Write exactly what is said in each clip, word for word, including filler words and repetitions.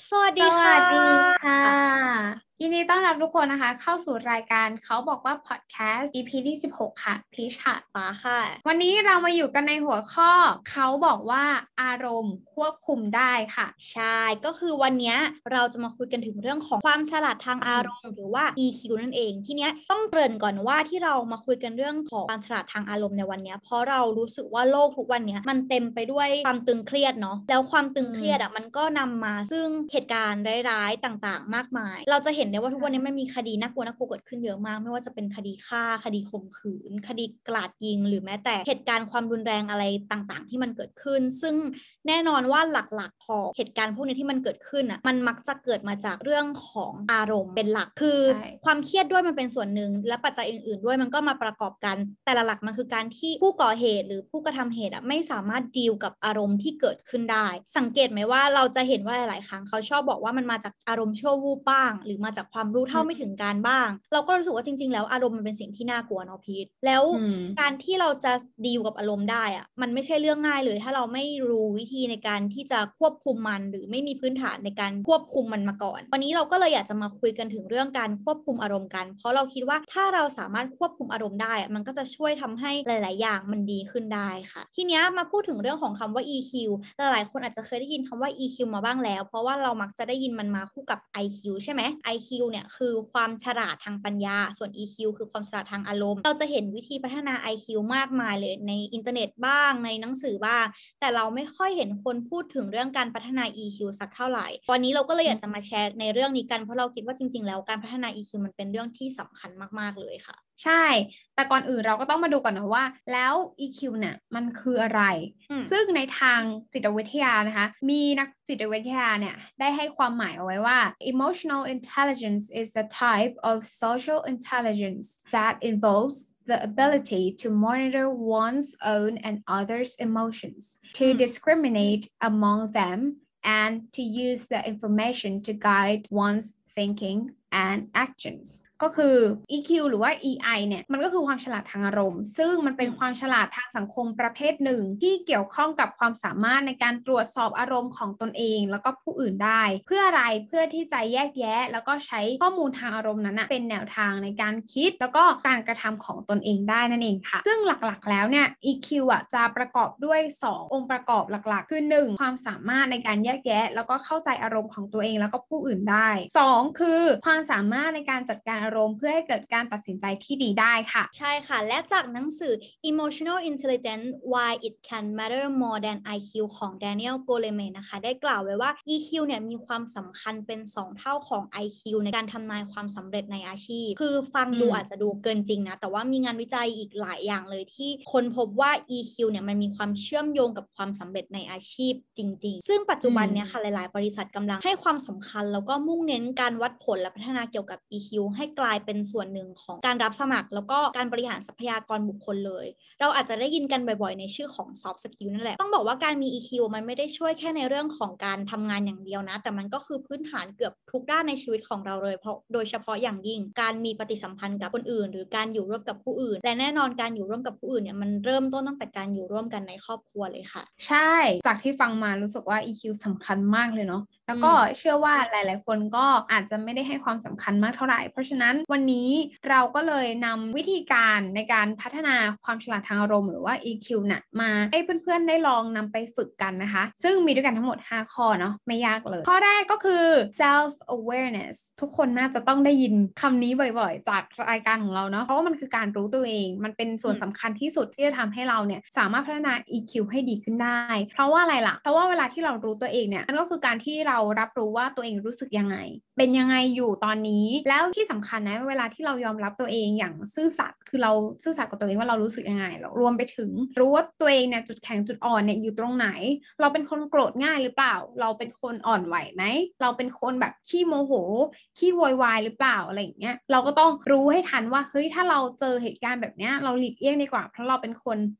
สวัสสดีวัค่ะสดีค่ะยินดีต้อนรับทุกคนนะคะเข้าสู่รายการเขาบอกว่าพอดแคสต์ อี พี ที่สิบหกค่ะพีชค่ะป๋าค่ะวันนี้เรามาอยู่กันในหัวข้อเขาบอกว่าอารมณ์ควบคุมได้ค่ะใช่ ก็คือวันนี้เราจะมาคุยกันถึงเรื่องของความฉลาดทางอารมณ์หรือว่า อี คิว นั่นเอง ทีเนี้ยต้องเกริ่นก่อนว่าที่เรามาคุยกันเรื่องของความฉลาดทางอารมณ์ในวันนี้เพราะเรารู้สึกว่าโลกทุกวันนี้มันเต็มไปด้วยความตึงเครียดเนาะแล้วความตึงเครียดอ่ะมันก็นำมาซึ่งเหตุการณ์ร้ายๆต่างๆ มากมาย เราจะเห็นได้ว่าทุกวันนี้มันมีคดีน่ากลัวน่ากลัวเกิดขึ้นเยอะมากไม่ว่าจะเป็นคดีฆ่าคดีข่มขืนคดีกราดยิงหรือแม้แต่เหตุการณ์ความรุนแรงอะไรต่างๆ ที่มันเกิดขึ้นซึ่งแน่นอนว่าหลักๆของเหตุการณ์พวกนี้ที่มันเกิดขึ้นอ่ะมันมักจะเกิดมาจากเรื่องของอารมณ์เป็นหลักคือความเครียดด้วยมันเป็นส่วนหนึ่งและปัจจัยอื่นๆด้วยมันก็มาประกอบกันแต่หลักๆมันคือการที่ผู้ก่อเหตุหรือผู้กระทำเหตุอ่ะไม่สามารถดีลกับอารมณ์ที่เกิดขึ้นได้สังเกตไหมว่าเราจะเห็นว่าหลายๆครั้งเขาชอบบอกว่ามันมาจากอารมณ์ชั่ววูบบ้างหรือมาจากความรู้เท่าไม่ถึงการบ้างเราก็รู้สึกว่าจริงๆแล้วอารมณ์มันเป็นสิ่งที่น่ากลัวเนาะพีทแล้วการที่เราจะดีลกับอารมณ์ได้อ่ะมันไม่ใช่เรื่องง่ายเลยถ้าเราไม่รู้วิธีในการที่จะควบคุมมันหรือไม่มีพื้นฐานในการควบคุมมันมาก่อนวันนี้เราก็เลยอยากจะมาคุยกันถึงเรื่องการควบคุมอารมณ์กันเพราะเราคิดว่าถ้าเราสามารถควบคุมอารมณ์ได้อะมันก็จะช่วยทำให้หลายๆอย่างมันดีขึ้นได้ค่ะทีเนี้ยมาพูดถึงเรื่องของคำว่า อี คิว หลายๆคนอาจจะเคยได้ยินคำว่า อี คิว มาบ้างแล้วเพราะว่าเรามักจะได้ยินมันมาคู่กับ ไอ คิว ใช่ไหม ไอ คิว เนี่ยคือความฉลาดทางปัญญาส่วน อี คิว คือความฉลาดทางอารมณ์เราจะเห็นวิธีพัฒนา ไอ คิว มากมายเลยในอินเทอร์เน็ตบ้างในหนังสือบ้างแต่เราไม่ค่อยเห็นคนพูดถึงเรื่องการพัฒนา อี คิว สักเท่าไหร่วันนี้เราก็เลยอยากจะมาแชร์ในเรื่องนี้กันเพราะเราคิดว่าจริงๆแล้วการพัฒนา อี คิว มันเป็นเรื่องที่สำคัญมากๆเลยค่ะใช่แต่ก่อนอื่นเราก็ต้องมาดูก่อนนะว่าแล้ว อี คิว เนี่ยมันคืออะไรซึ่งในทางจิตวิทยานะคะมีนักจิตวิทยาเนี่ยได้ให้ความหมายเอาไว้ว่า emotional intelligence is a type of social intelligence that involves the ability to monitor one's own and others' emotions, to discriminate among them, and to use the information to guide one's thinking and actions ก็คือ อี คิว หรือว่า อี ไอ เนี่ยมันก็คือความฉลาดทางอารมณ์ซึ่งมันเป็นความฉลาดทางสังคมประเภทหนึ่งที่เกี่ยวข้องกับความสามารถในการตรวจสอบอารมณ์ของตนเองแล้วก็ผู้อื่นได้เพื่ออะไรเพื่อที่จะแยกแยะแล้วก็ใช้ข้อมูลทางอารมณ์นั้นนะเป็นแนวทางในการคิดแล้วก็การกระทำของตนเองได้นั่นเองค่ะซึ่งหลักๆแล้วเนี่ย อี คิว อ่ะจะประกอบด้วยสององค์ประกอบหลักๆคือหนึ่งความสามารถในการแยกแยะแล้วก็เข้าใจอารมณ์ของตัวเองแล้วก็ผู้อื่นได้สองคือความสามารถในการจัดการอารมณ์เพื่อให้เกิดการตัดสินใจที่ดีได้ค่ะใช่ค่ะและจากหนังสือ Emotional Intelligence Why It Can Matter More Than ไอ คิว ของ Daniel Goleman นะคะได้กล่าวไว้ว่า อี คิว เนี่ยมีความสำคัญเป็นสองเท่าของ ไอ คิว ในการทำนายความสำเร็จในอาชีพคือฟังดูอาจจะดูเกินจริงนะแต่ว่ามีงานวิจัยอีกหลายอย่างเลยที่ค้นพบว่า อี คิว เนี่ยมันมีความเชื่อมโยงกับความสำเร็จในอาชีพจริงๆซึ่งปัจจุบันเนี่ยค่ะหลายๆบริษัทกำลังให้ความสำคัญแล้วก็มุ่งเน้นการวัดผลและพัฒนาเกี่ยวกับ อี คิว ให้กลายเป็นส่วนหนึ่งของการรับสมัครแล้วก็การบริหารทรัพยากรบุคคลเลยเราอาจจะได้ยินกันบ่อยๆในชื่อของ soft skill นั่นแหละต้องบอกว่าการมี อี คิว มันไม่ได้ช่วยแค่ในเรื่องของการทำงานอย่างเดียวนะแต่มันก็คือพื้นฐานเกือบทุกด้านในชีวิตของเราเลยเพราะโดยเฉพาะอย่างยิ่งการมีปฏิสัมพันธ์กับคนอื่นหรือการอยู่ร่วมกับผู้อื่นและแน่นอนการอยู่ร่วมกับผู้อื่นเนี่ยมันเริ่มต้นตั้งแต่การอยู่ร่วมกันในครอบครัวเลยค่ะใช่จากที่ฟังมารู้สึกว่า อี คิว สำคัญมากเลยเนาะแล้วก็เชื่อว่าหลายๆคนก็อาจจะไม่ได้ให้ความสำคัญมากเท่าไหร่เพราะฉะนั้นวันนี้เราก็เลยนำวิธีการในการพัฒนาความฉลาดทางอารมณ์หรือว่า อี คิว น่ะมาให้เพื่อนๆได้ลองนำไปฝึกกันนะคะซึ่งมีด้วยกันทั้งหมดห้าข้อเนาะไม่ยากเลยข้อแรกก็คือ self awareness ทุกคนน่าจะต้องได้ยินคำนี้บ่อยๆจากรายการของเราเนาะเพราะว่ามันคือการรู้ตัวเองมันเป็นส่วนสำคัญที่สุดที่จะทำให้เราเนี่ยสามารถพัฒนา อี คิว ให้ดีขึ้นได้เพราะว่าอะไรล่ะเพราะว่าเวลาที่เรารู้ตัวเองเนี่ยมันก็คือการที่เรารับรู้ว่าตัวเองรู้สึกยังไงเป็นยังไงอยู่ตอนนี้แล้วที่สำคัญนะเวลาที่เรายอมรับตัวเองอย่างซื่อสัตย์คือเราซื่อสัตย์กับตัวเองว่าเรารู้สึกยังไงแล้วรวมไปถึงรู้ว่าตัวเองเนี่ยจุดแข็งจุดอ่อนเนี่ยอยู่ตรงไหนเราเป็นคนโกรธง่ายหรือเปล่าเราเป็นคนอ่อนไหวไหมเราเป็นคนแบบขี้โมโหขี้โวยวายหรือเปล่าอะไรอย่างเงี้ยเราก็ต้องรู้ให้ทันว่าเฮ้ยถ้าเราเจอเหตุการณ์แบบเนี้ยเราหลีกเลี่ยงดีกว่าเพราะเราเป็นคน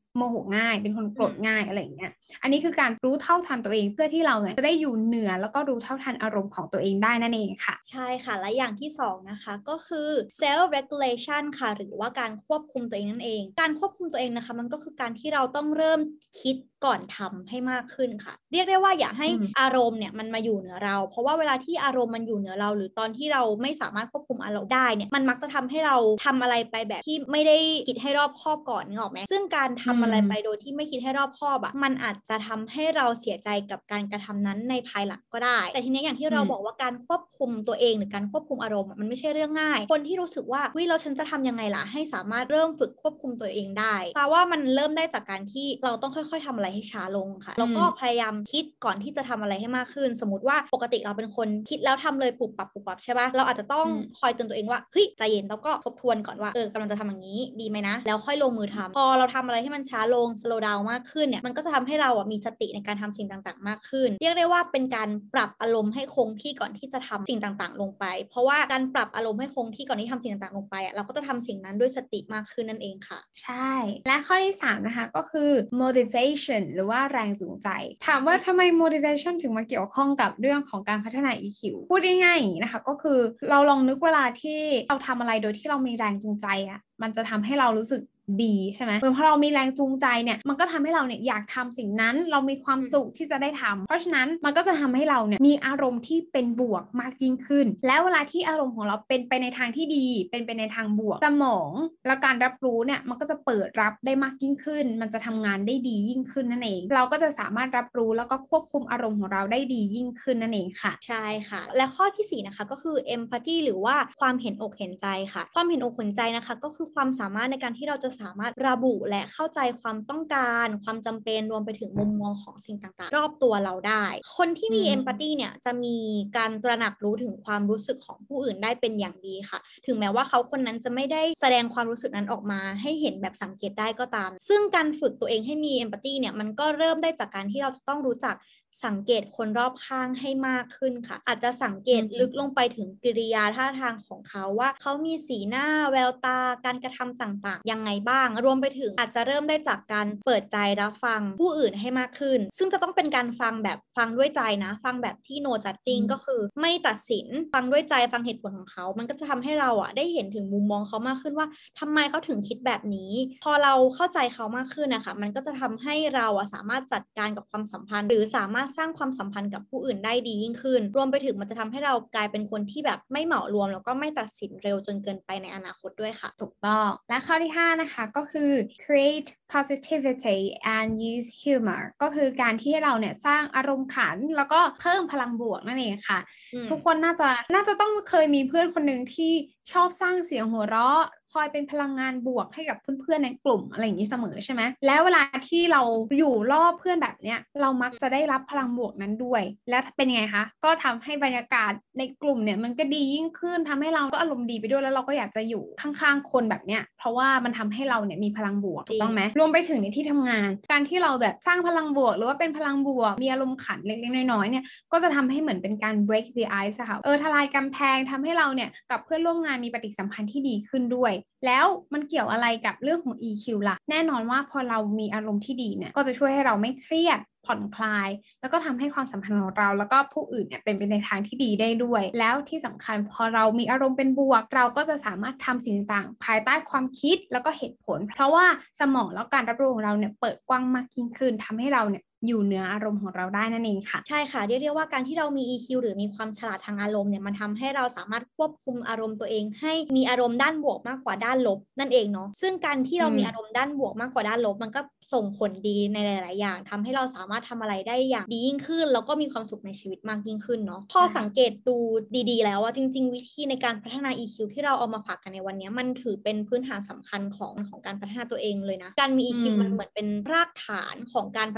โมโหง่ายเป็นคนโกรธง่ายอะไรอย่างเงี้ยอันนี้คือการรู้เท่าทันตัวเองเพื่อที่เราเนี่ยจะได้อยู่เหนือแล้วก็รู้เท่าทันอารมณ์ของตัวเองได้นั่นเองค่ะใช่ค่ะและอย่างที่สองนะคะก็คือ self regulation ค่ะหรือว่าการควบคุมตัวเองนั่นเองการควบคุมตัวเองนะคะมันก็คือการที่เราต้องเริ่มคิดก่อนทำให้มากขึ้นค่ะเรียกได้ว่าอย่าให้อารมณ์เนี่ยมันมาอยู่เหนือเราเพราะว่าเวลาที่อารมณ์มันอยู่เหนือเราหรือตอนที่เราไม่สามารถควบคุมอารมณ์ได้เนี่ยมันมักจะทำให้เราทำอะไรไปแบบที่ไม่ได้คิดให้รอบคอบก่อนนึกออกไหมซึ่งการทำอะไรไปโดยที่ไม่คิดให้รอบคอบอ่ะมันอาจจะทำให้เราเสียใจกับการกระทำนั้นในภายหลังก็ได้แต่ทีนี้อย่างที่เราบอกว่าการควบคุมตัวเองหรือการควบคุมอารมณ์มันไม่ใช่เรื่องง่ายคนที่รู้สึกว่าวิเราฉันจะทำยังไงล่ะให้สามารถเริ่มฝึกควบคุมตัวเองได้เพราะว่ามันเริ่มได้จากการที่เราต้องค่อยๆทำอะไรให้ช้าลงค่ะแล้วก็พยายามคิดก่อนที่จะทำอะไรให้มากขึ้นสมมติว่าปกติเราเป็นคนคิดแล้วทำเลยปุบปับปุบปับใช่ปะเราอาจจะต้องคอยเตือนตัวเองว่าเฮ้ยใจเย็นแล้วก็ทบทวนก่อนว่าเออกำลังจะทำอย่างนี้ดีไหมนะแล้วค่อยลงมือทำพอเราทำอะไรให้มันช้าลง slow down มากขึ้นเนี่ยมันก็จะทำให้เราอ่ะมีสติในการทำสิ่งต่างๆมากขึ้นเรียกได้ว่าเป็นการปรับอารมณ์ให้คงที่ก่อนที่จะทำสิ่งต่างๆลงไปเพราะว่าการปรับอารมณ์ให้คงที่ก่อนที่ทำสิ่งต่างๆลงไปอ่ะเราก็จะทำสิ่งนั้นด้วยสติมากขึ้นนั่นเองค่ะใช่และข้อที่สามนะคะก็คือ motivation หรือว่าแรงจูงใจถามว่าทำไม motivation ถึงมาเกี่ยวข้องกับเรื่องของการพัฒนา อี คิว พูดง่ายๆอย่างนี้นะคะก็คือเราลองนึกเวลาที่เราทำอะไรโดยที่เรามีแรงจูงใจอ่ะมันจะทำให้เรารู้สึกดีใช่ไหมเหมือนพอเรามีแรงจูงใจเนี่ยมันก็ทำให้เราเนี่ยอยากทำสิ่งนั้นเรามีความสุขที่จะได้ทำเพราะฉะนั้นมันก็จะทำให้เราเนี่ยมีอารมณ์ที่เป็นบวกมากยิ่งขึ้นแล้วเวลาที่อารมณ์ของเราเป็นไปในทางที่ดีเป็นไปในทางบวกสมองและการรับรู้เนี่ยมันก็จะเปิดรับได้มากยิ่งขึ้นมันจะทำงานได้ดียิ่งขึ้นนั่นเองเราก็จะสามารถรับรู้แล้วก็ควบคุมอารมณ์ของเราได้ดียิ่งขึ้นนั่นเองค่ะใช่ค่ะและข้อที่สี่นะคะก็คือ empathy หรือว่าความเห็นอกเห็นใจค่ะความเห็นอกเห็นใจนะคะก็คือความสามารถในการที่เราจะสามารถระบุและเข้าใจความต้องการความจำเป็นรวมไปถึงมุมมองของสิ่งต่างๆรอบตัวเราได้คนที่มี empathy เนี่ยจะมีการตระหนักรู้ถึงความรู้สึกของผู้อื่นได้เป็นอย่างดีค่ะถึงแม้ว่าเขาคนนั้นจะไม่ได้แสดงความรู้สึกนั้นออกมาให้เห็นแบบสังเกตได้ก็ตามซึ่งการฝึกตัวเองให้มี empathy เนี่ยมันก็เริ่มได้จากการที่เราจะต้องรู้จักสังเกตคนรอบข้างให้มากขึ้นค่ะอาจจะสังเกตลึกลงไปถึงกิริยาท่าทางของเขาว่าเขามีสีหน้าแววตาการกระทำต่างๆยังไงบ้างรวมไปถึงอาจจะเริ่มได้จากการเปิดใจรับฟังผู้อื่นให้มากขึ้นซึ่งจะต้องเป็นการฟังแบบฟังด้วยใจนะฟังแบบที่ no judging ก็คือไม่ตัดสินฟังด้วยใจฟังเหตุผลของเขามันก็จะทำให้เราอ่ะได้เห็นถึงมุมมองเขามากขึ้นว่าทำไมเขาถึงคิดแบบนี้พอเราเข้าใจเขามากขึ้นนะคะมันก็จะทำให้เราอ่ะสามารถจัดการกับความสัมพันธ์หรือสามารถสร้างความสัมพันธ์กับผู้อื่นได้ดียิ่งขึ้นรวมไปถึงมันจะทำให้เรากลายเป็นคนที่แบบไม่เหมารวมแล้วก็ไม่ตัดสินเร็วจนเกินไปในอนาคตด้วยค่ะถูกต้องและข้อที่ห้านะคะก็คือ create positivity and use humor ก็คือการที่ให้เราเนี่ยสร้างอารมณ์ขันแล้วก็เพิ่มพลังบวกนั่นเองค่ะทุกคนน่าจะน่าจะต้องเคยมีเพื่อนคนหนึ่งที่ชอบสร้างเสียงหัวเราะคอยเป็นพลังงานบวกให้กับเพื่อนๆในกลุ่มอะไรอย่างนี้เสมอใช่ไหมแล้วเวลาที่เราอยู่รอบเพื่อนแบบเนี้ยเรามักจะได้รับพลังบวกนั้นด้วยแล้วเป็นยังไงคะก็ทำให้บรรยากาศในกลุ่มเนี่ยมันก็ดียิ่งขึ้นทำให้เราก็อารมณ์ดีไปด้วยแล้วเราก็อยากจะอยู่ข้างๆคนแบบเนี้ยเพราะว่ามันทำให้เราเนี่ยมีพลังบวกถูกต้องไหมรวมไปถึงในที่ทำงานการที่เราแบบสร้างพลังบวกหรือว่าเป็นพลังบวกมีอารมณ์ขันเล็กๆน้อยๆเนี่ยก็จะทำให้เหมือนเป็นการ break the ice ค่ะเออทลายกำแพงทำให้เราเนี่ยกับเพื่อนร่วมงานมีปฏิสัมพันธ์ที่ดีขึ้นด้วยแล้วมันเกี่ยวอะไรกับเรื่องของ อี คิว ล่ะแน่นอนว่าพอเรามีอารมณ์ที่ดีเนี่ยก็จะช่วยให้เราไม่เครียดผ่อนคลายแล้วก็ทำให้ความสัมพันธ์ของเราแล้วก็ผู้อื่นเนี่ยเป็นไปในทางที่ดีได้ด้วยแล้วที่สำคัญพอเรามีอารมณ์เป็นบวกเราก็จะสามารถทำสิ่งต่างๆภายใต้ความคิดแล้วก็เหตุผลเพราะว่าสมองแล้วการรับรู้ของเราเนี่ยเปิดกว้างมากยิ่งขึ้นทำให้เราเนี่ยอยู่เหนืออารมณ์ของเราได้นั่นเองค่ะใช่ค่ะเรียกได้ว่าการที่เรามี อี คิว หรือมีความฉลาดทางอารมณ์เนี่ยมันทำให้เราสามารถควบคุมอารมณ์ตัวเองให้มีอารมณ์ด้านบวกมากกว่าด้านลบนั่นเองเนาะซึ่งการที่เรามีอารมณ์ด้านบวกมากกว่าด้านลบมันก็ส่งผลดีในหลายๆอย่างทำให้เราสามารถทำอะไรได้อย่างดียิ่งขึ้นแล้วก็มีความสุขในชีวิตมากยิ่งขึ้นเนาะพอสังเกตดูดีๆแล้วว่าจริงๆวิธีในการพัฒนา อี คิว ที่เราเอามาฝากกันในวันนี้มันถือเป็นพื้นฐานสำคัญของของการพัฒนาตัวเองเลยนะการมี อี คิว มันเหมือนเป็นรากฐานของการพัฒนาอีก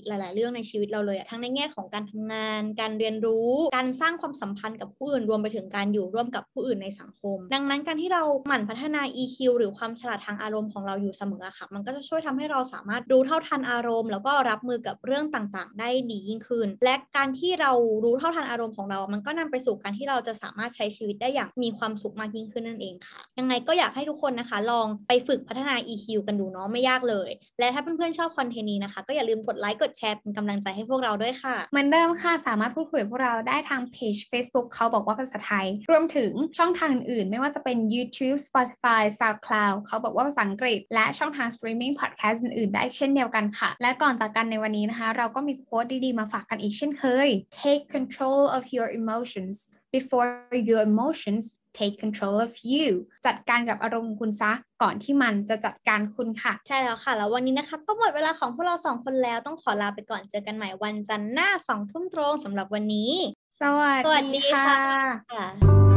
หลายๆเรื่องในชีวิตเราเลยอะทั้งในแง่ของการทำงานการเรียนรู้การสร้างความสัมพันธ์กับผู้อื่นรวมไปถึงการอยู่ร่วมกับผู้อื่นในสังคมดังนั้นการที่เราหมั่นพัฒนา อี คิว หรือความฉลาดทางอารมณ์ของเราอยู่เสมอค่ะมันก็จะช่วยทำให้เราสามารถรู้เท่าทันอารมณ์แล้วก็รับมือกับเรื่องต่างๆได้ดียิ่งขึ้นและการที่เรารู้เท่าทันอารมณ์ของเรามันก็นำไปสู่การที่เราจะสามารถใช้ชีวิตได้อย่างมีความสุขมากยิ่งขึ้นนั่นเองค่ะยังไงก็อยากให้ทุกคนนะคะลองไปฝึกพัฒนา อี คิว กันดูเนาะไม่ยากเลยและถ้าเพื่อนๆชอบคอนเทนต์นี้นะคะก็อย่าลืมกดไลค์กดแชร์เป็นกำลังใจให้พวกเราด้วยค่ะเหมือนเดิมค่ะสามารถพูดคุยกับพวกเราได้ทางเพจ Facebook เขาบอกว่าภาษาไทยรวมถึงช่องทางอื่นๆไม่ว่าจะเป็น YouTube Spotify SoundCloud เขาบอกว่าภาษาอังกฤษและช่องทาง Streaming Podcast อื่นๆได้เช่นเดียวกันค่ะและก่อนจากกันในวันนี้นะคะเราก็มีโค้ดดีๆมาฝากกันอีกเช่นเคย Take control of your emotions before your emotions take control of you จัดการกับอารมณ์คุณซะก่อนที่มันจะจัดการคุณค่ะใช่แล้วค่ะแล้ววันนี้นะคะก็หมดเวลาของพวกเราสองคนแล้วต้องขอลาไปก่อนเจอกันใหม่วันจันทร์หน้าสองทุ่มตรงสำหรับวันนี้สวัสดีค่ะ